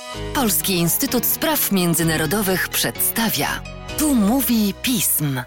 Polski Instytut Spraw Międzynarodowych przedstawia. Tu mówi pism.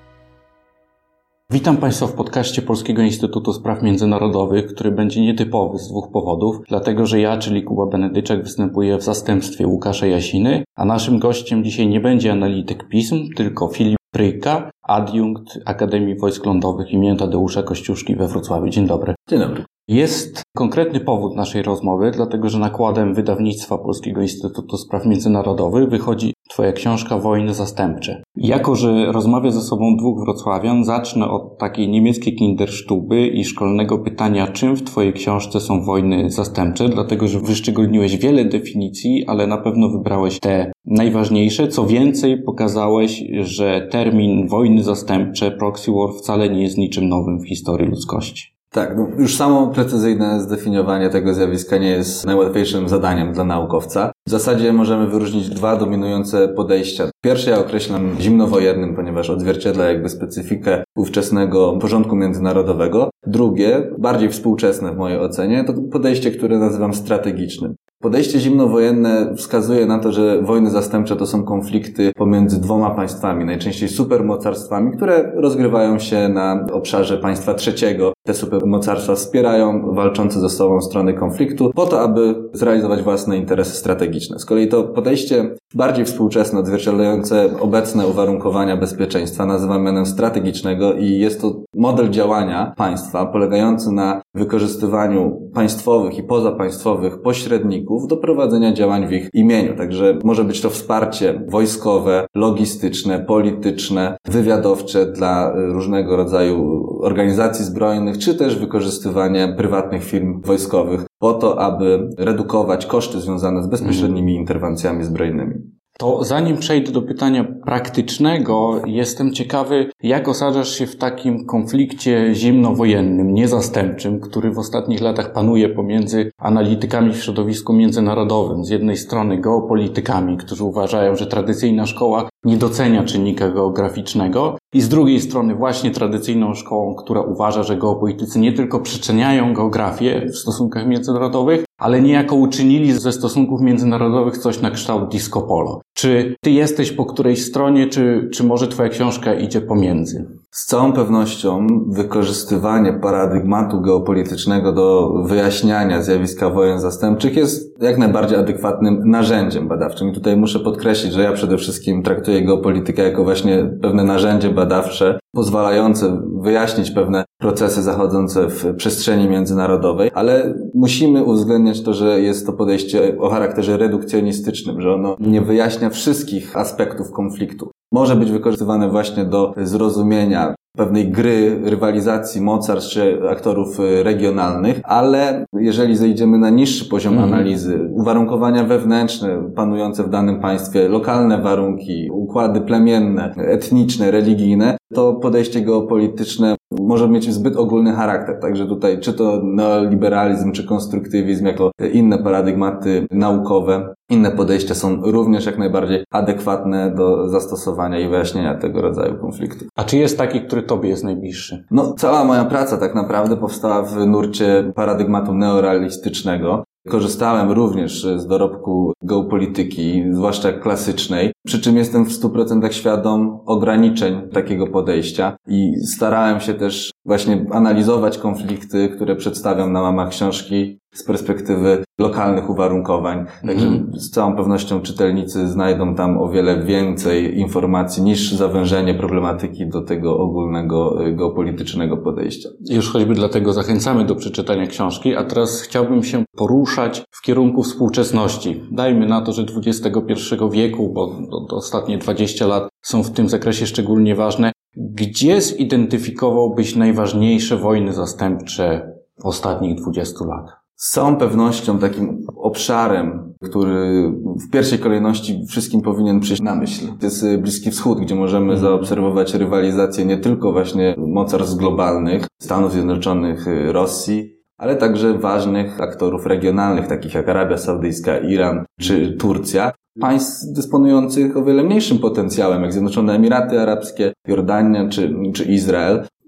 Witam Państwa w podcaście Polskiego Instytutu Spraw Międzynarodowych, który będzie nietypowy z dwóch powodów. Dlatego, że ja, czyli Kuba Benedyczak, występuję w zastępstwie Łukasza Jasiny, a naszym gościem dzisiaj nie będzie analityk pism, tylko Filip Bryjka, adiunkt Akademii Wojsk Lądowych im. Tadeusza Kościuszki we Wrocławiu. Dzień dobry. Dzień dobry. Jest konkretny powód naszej rozmowy, dlatego że nakładem wydawnictwa Polskiego Instytutu Spraw Międzynarodowych wychodzi Twoja książka Wojny zastępcze. Jako że rozmawia ze sobą dwóch wrocławian, zacznę od takiej niemieckiej Kinderstube i szkolnego pytania, czym w Twojej książce są wojny zastępcze, dlatego że wyszczególniłeś wiele definicji, ale na pewno wybrałeś te najważniejsze. Co więcej, pokazałeś, że termin wojny zastępcze, proxy war, wcale nie jest niczym nowym w historii ludzkości. Tak, już samo precyzyjne zdefiniowanie tego zjawiska nie jest najłatwiejszym zadaniem dla naukowca. W zasadzie możemy wyróżnić dwa dominujące podejścia. Pierwsze ja określam zimnowojennym, ponieważ odzwierciedla jakby specyfikę ówczesnego porządku międzynarodowego. Drugie, bardziej współczesne w mojej ocenie, to podejście, które nazywam strategicznym. Podejście zimnowojenne wskazuje na to, że wojny zastępcze to są konflikty pomiędzy dwoma państwami, najczęściej supermocarstwami, które rozgrywają się na obszarze państwa trzeciego. Te supermocarstwa wspierają walczące ze sobą strony konfliktu po to, aby zrealizować własne interesy strategiczne. Z kolei to podejście bardziej współczesne, odzwierciedlające obecne uwarunkowania bezpieczeństwa nazywa mianem strategicznego i jest to model działania państwa polegający na wykorzystywaniu państwowych i pozapaństwowych pośredników do prowadzenia działań w ich imieniu. Także może być to wsparcie wojskowe, logistyczne, polityczne, wywiadowcze dla różnego rodzaju organizacji zbrojnych, czy też wykorzystywanie prywatnych firm wojskowych po to, aby redukować koszty związane z bezpośrednimi interwencjami zbrojnymi. To zanim przejdę do pytania praktycznego, jestem ciekawy, jak osadzasz się w takim konflikcie zimnowojennym, niezastępczym, który w ostatnich latach panuje pomiędzy analitykami w środowisku międzynarodowym. Z jednej strony geopolitykami, którzy uważają, że tradycyjna szkoła nie docenia czynnika geograficznego, i z drugiej strony właśnie tradycyjną szkołą, która uważa, że geopolitycy nie tylko przyczyniają geografię w stosunkach międzynarodowych, ale niejako uczynili ze stosunków międzynarodowych coś na kształt disco polo. Czy ty jesteś po którejś stronie, czy może twoja książka idzie pomiędzy? Z całą pewnością wykorzystywanie paradygmatu geopolitycznego do wyjaśniania zjawiska wojen zastępczych jest jak najbardziej adekwatnym narzędziem badawczym. I tutaj muszę podkreślić, że ja przede wszystkim traktuję geopolitykę jako właśnie pewne narzędzie badawcze pozwalające wyjaśnić pewne procesy zachodzące w przestrzeni międzynarodowej, ale musimy uwzględniać to, że jest to podejście o charakterze redukcjonistycznym, że ono nie wyjaśnia wszystkich aspektów konfliktu. Może być wykorzystywane właśnie do zrozumienia pewnej gry, rywalizacji mocarstw czy aktorów regionalnych, ale jeżeli zejdziemy na niższy poziom analizy, uwarunkowania wewnętrzne panujące w danym państwie, lokalne warunki, układy plemienne, etniczne, religijne, to podejście geopolityczne może mieć zbyt ogólny charakter. Także tutaj czy to neoliberalizm, czy konstruktywizm jako inne paradygmaty naukowe, inne podejścia są również jak najbardziej adekwatne do zastosowania i wyjaśnienia tego rodzaju konfliktów. A czy jest taki, który tobie jest najbliższy? Cała moja praca tak naprawdę powstała w nurcie paradygmatu neorealistycznego. Korzystałem również z dorobku geopolityki, zwłaszcza klasycznej, przy czym jestem w 100% świadom ograniczeń takiego podejścia i starałem się też właśnie analizować konflikty, które przedstawiam na łamach książki z perspektywy lokalnych uwarunkowań. Także z całą pewnością czytelnicy znajdą tam o wiele więcej informacji niż zawężenie problematyki do tego ogólnego geopolitycznego podejścia. Już choćby dlatego zachęcamy do przeczytania książki, a teraz chciałbym się poruszać w kierunku współczesności. Dajmy na to, że XXI wieku, bo ostatnie 20 lat są w tym zakresie szczególnie ważne. Gdzie zidentyfikowałbyś najważniejsze wojny zastępcze ostatnich 20 lat? Z całą pewnością takim obszarem, który w pierwszej kolejności wszystkim powinien przyjść na myśl, to jest Bliski Wschód, gdzie możemy zaobserwować rywalizację nie tylko właśnie mocarstw globalnych, Stanów Zjednoczonych, Rosji, ale także ważnych aktorów regionalnych, takich jak Arabia Saudyjska, Iran czy Turcja. Państw dysponujących o wiele mniejszym potencjałem, jak Zjednoczone Emiraty Arabskie, Jordania czy Izrael.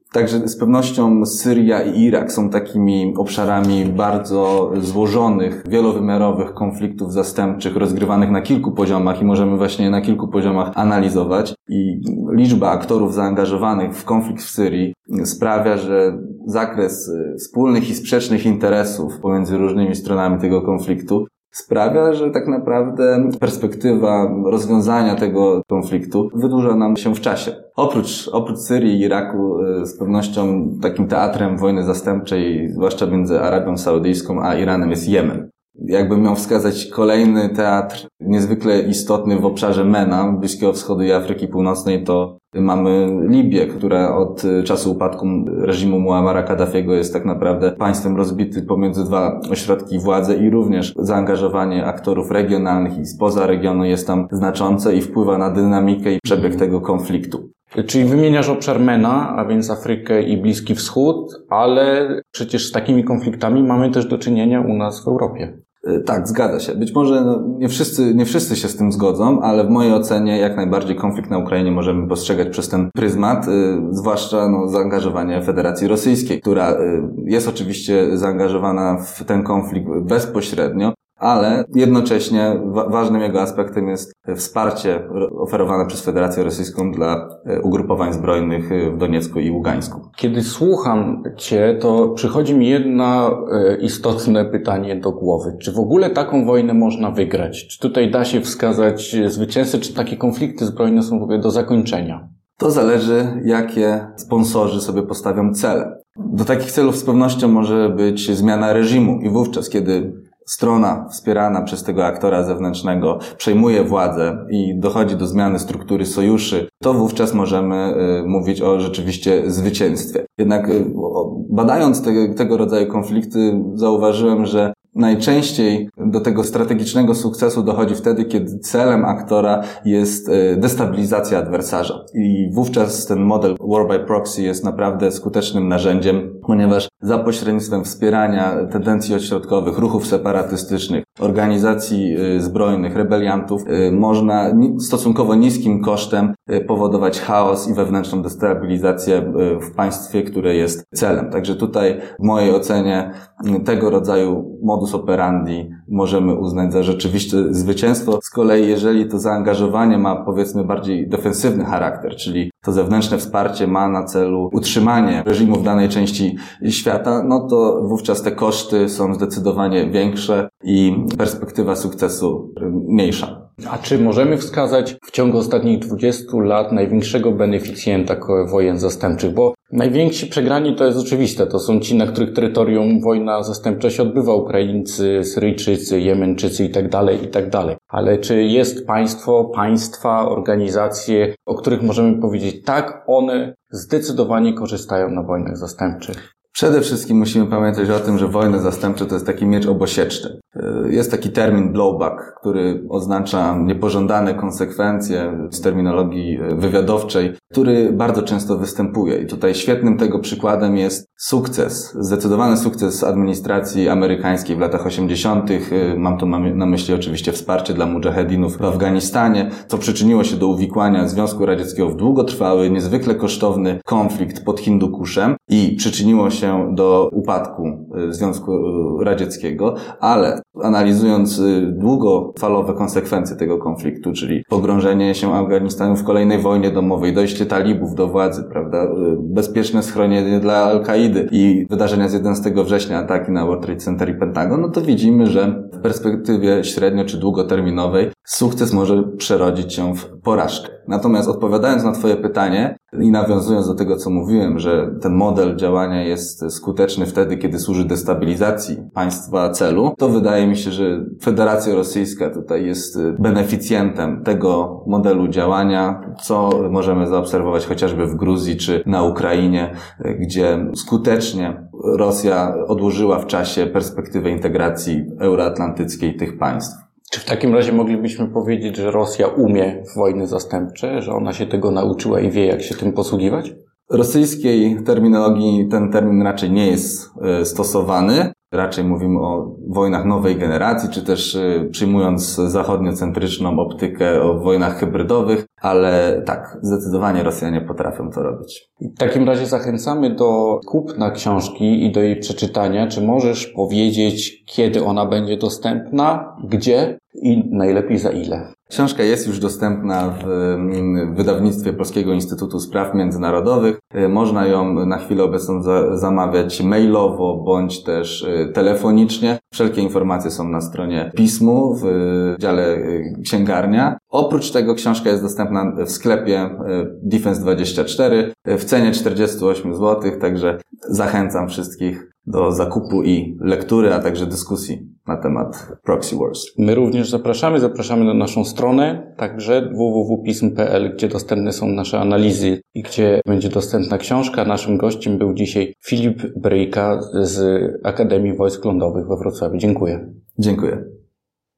Także z pewnością Syria i Irak są takimi obszarami bardzo złożonych, wielowymiarowych konfliktów zastępczych, rozgrywanych na kilku poziomach i możemy właśnie na kilku poziomach analizować. I liczba aktorów zaangażowanych w konflikt w Syrii sprawia, że zakres wspólnych i sprzecznych interesów pomiędzy różnymi stronami tego konfliktu sprawia, że tak naprawdę perspektywa rozwiązania tego konfliktu wydłuża nam się w czasie. Oprócz Syrii i Iraku z pewnością takim teatrem wojny zastępczej, zwłaszcza między Arabią Saudyjską a Iranem, jest Jemen. Jakbym miał wskazać kolejny teatr niezwykle istotny w obszarze MENA, Bliskiego Wschodu i Afryki Północnej, to mamy Libię, która od czasu upadku reżimu Muammara Kaddafiego jest tak naprawdę państwem rozbitym pomiędzy dwa ośrodki władzy i również zaangażowanie aktorów regionalnych i spoza regionu jest tam znaczące i wpływa na dynamikę i przebieg tego konfliktu. Czyli wymieniasz obszar MENA, a więc Afrykę i Bliski Wschód, ale przecież z takimi konfliktami mamy też do czynienia u nas w Europie. Tak, zgadza się. Być może nie wszyscy się z tym zgodzą, ale w mojej ocenie jak najbardziej konflikt na Ukrainie możemy postrzegać przez ten pryzmat, zwłaszcza zaangażowanie Federacji Rosyjskiej, która jest oczywiście zaangażowana w ten konflikt bezpośrednio, ale jednocześnie ważnym jego aspektem jest wsparcie oferowane przez Federację Rosyjską dla ugrupowań zbrojnych w Doniecku i Ługańsku. Kiedy słucham Cię, to przychodzi mi jedno istotne pytanie do głowy. Czy w ogóle taką wojnę można wygrać? Czy tutaj da się wskazać zwycięzcę, czy takie konflikty zbrojne są w ogóle do zakończenia? To zależy, jakie sponsorzy sobie postawią cele. Do takich celów z pewnością może być zmiana reżimu i wówczas, kiedy strona wspierana przez tego aktora zewnętrznego przejmuje władzę i dochodzi do zmiany struktury sojuszy, to wówczas możemy mówić o rzeczywiście zwycięstwie. Jednak badając tego rodzaju konflikty zauważyłem, że najczęściej do tego strategicznego sukcesu dochodzi wtedy, kiedy celem aktora jest destabilizacja adwersarza. I wówczas ten model war by proxy jest naprawdę skutecznym narzędziem, ponieważ za pośrednictwem wspierania tendencji odśrodkowych, ruchów separatystycznych, organizacji zbrojnych, rebeliantów, można stosunkowo niskim kosztem powodować chaos i wewnętrzną destabilizację w państwie, które jest celem. Także tutaj w mojej ocenie tego rodzaju modus operandi możemy uznać za rzeczywiste zwycięstwo. Z kolei jeżeli to zaangażowanie ma powiedzmy bardziej defensywny charakter, czyli to zewnętrzne wsparcie ma na celu utrzymanie reżimu w danej części świata, no to wówczas te koszty są zdecydowanie większe i perspektywa sukcesu mniejsza. A czy możemy wskazać w ciągu ostatnich 20 lat największego beneficjenta wojen zastępczych? Bo najwięksi przegrani to jest oczywiste. To są ci, na których terytorium wojna zastępcza się odbywa. Ukraińcy, Syryjczycy, Jemeńczycy itd. Ale czy jest państwa, organizacje, o których możemy powiedzieć tak, one zdecydowanie korzystają na wojnach zastępczych? Przede wszystkim musimy pamiętać o tym, że wojny zastępcze to jest taki miecz obosieczny. Jest taki termin blowback, który oznacza niepożądane konsekwencje z terminologii wywiadowczej, który bardzo często występuje. I tutaj świetnym tego przykładem jest zdecydowany sukces administracji amerykańskiej w latach 80. Mam tu na myśli oczywiście wsparcie dla mudżahedinów w Afganistanie, co przyczyniło się do uwikłania Związku Radzieckiego w długotrwały, niezwykle kosztowny konflikt pod Hindukuszem i przyczyniło się do upadku Związku Radzieckiego, ale analizując długofalowe konsekwencje tego konfliktu, czyli pogrążenie się Afganistanu w kolejnej wojnie domowej, dojście talibów do władzy, prawda, bezpieczne schronienie dla Al-Kaidy i wydarzenia z 11 września, ataki na World Trade Center i Pentagon, no to widzimy, że w perspektywie średnio czy długoterminowej sukces może przerodzić się w porażkę. Natomiast odpowiadając na Twoje pytanie i nawiązując do tego, co mówiłem, że ten model działania jest skuteczny wtedy, kiedy służy destabilizacji państwa celu, to wydaje mi się, że Federacja Rosyjska tutaj jest beneficjentem tego modelu działania, co możemy zaobserwować chociażby w Gruzji czy na Ukrainie, gdzie skutecznie Rosja odłożyła w czasie perspektywę integracji euroatlantyckiej tych państw. Czy w takim razie moglibyśmy powiedzieć, że Rosja umie w wojny zastępcze, że ona się tego nauczyła i wie, jak się tym posługiwać? rosyjskiej terminologii ten termin raczej nie jest stosowany. Raczej mówimy o wojnach nowej generacji, czy też przyjmując zachodniocentryczną optykę o wojnach hybrydowych, ale tak, zdecydowanie Rosjanie potrafią to robić. W takim razie zachęcamy do kupna książki i do jej przeczytania. Czy możesz powiedzieć, kiedy ona będzie dostępna, gdzie i najlepiej za ile? Książka jest już dostępna w wydawnictwie Polskiego Instytutu Spraw Międzynarodowych. Można ją na chwilę obecną zamawiać mailowo bądź też telefonicznie. Wszelkie informacje są na stronie Pismu w dziale księgarnia. Oprócz tego książka jest dostępna w sklepie Defense24 w cenie 48 zł, także zachęcam wszystkich do zakupu i lektury, a także dyskusji na temat Proxy Wars. My również zapraszamy na naszą stronę, także www.pism.pl, gdzie dostępne są nasze analizy i gdzie będzie dostępna książka. Naszym gościem był dzisiaj Filip Bryjka z Akademii Wojsk Lądowych we Wrocławiu. Dziękuję. Dziękuję.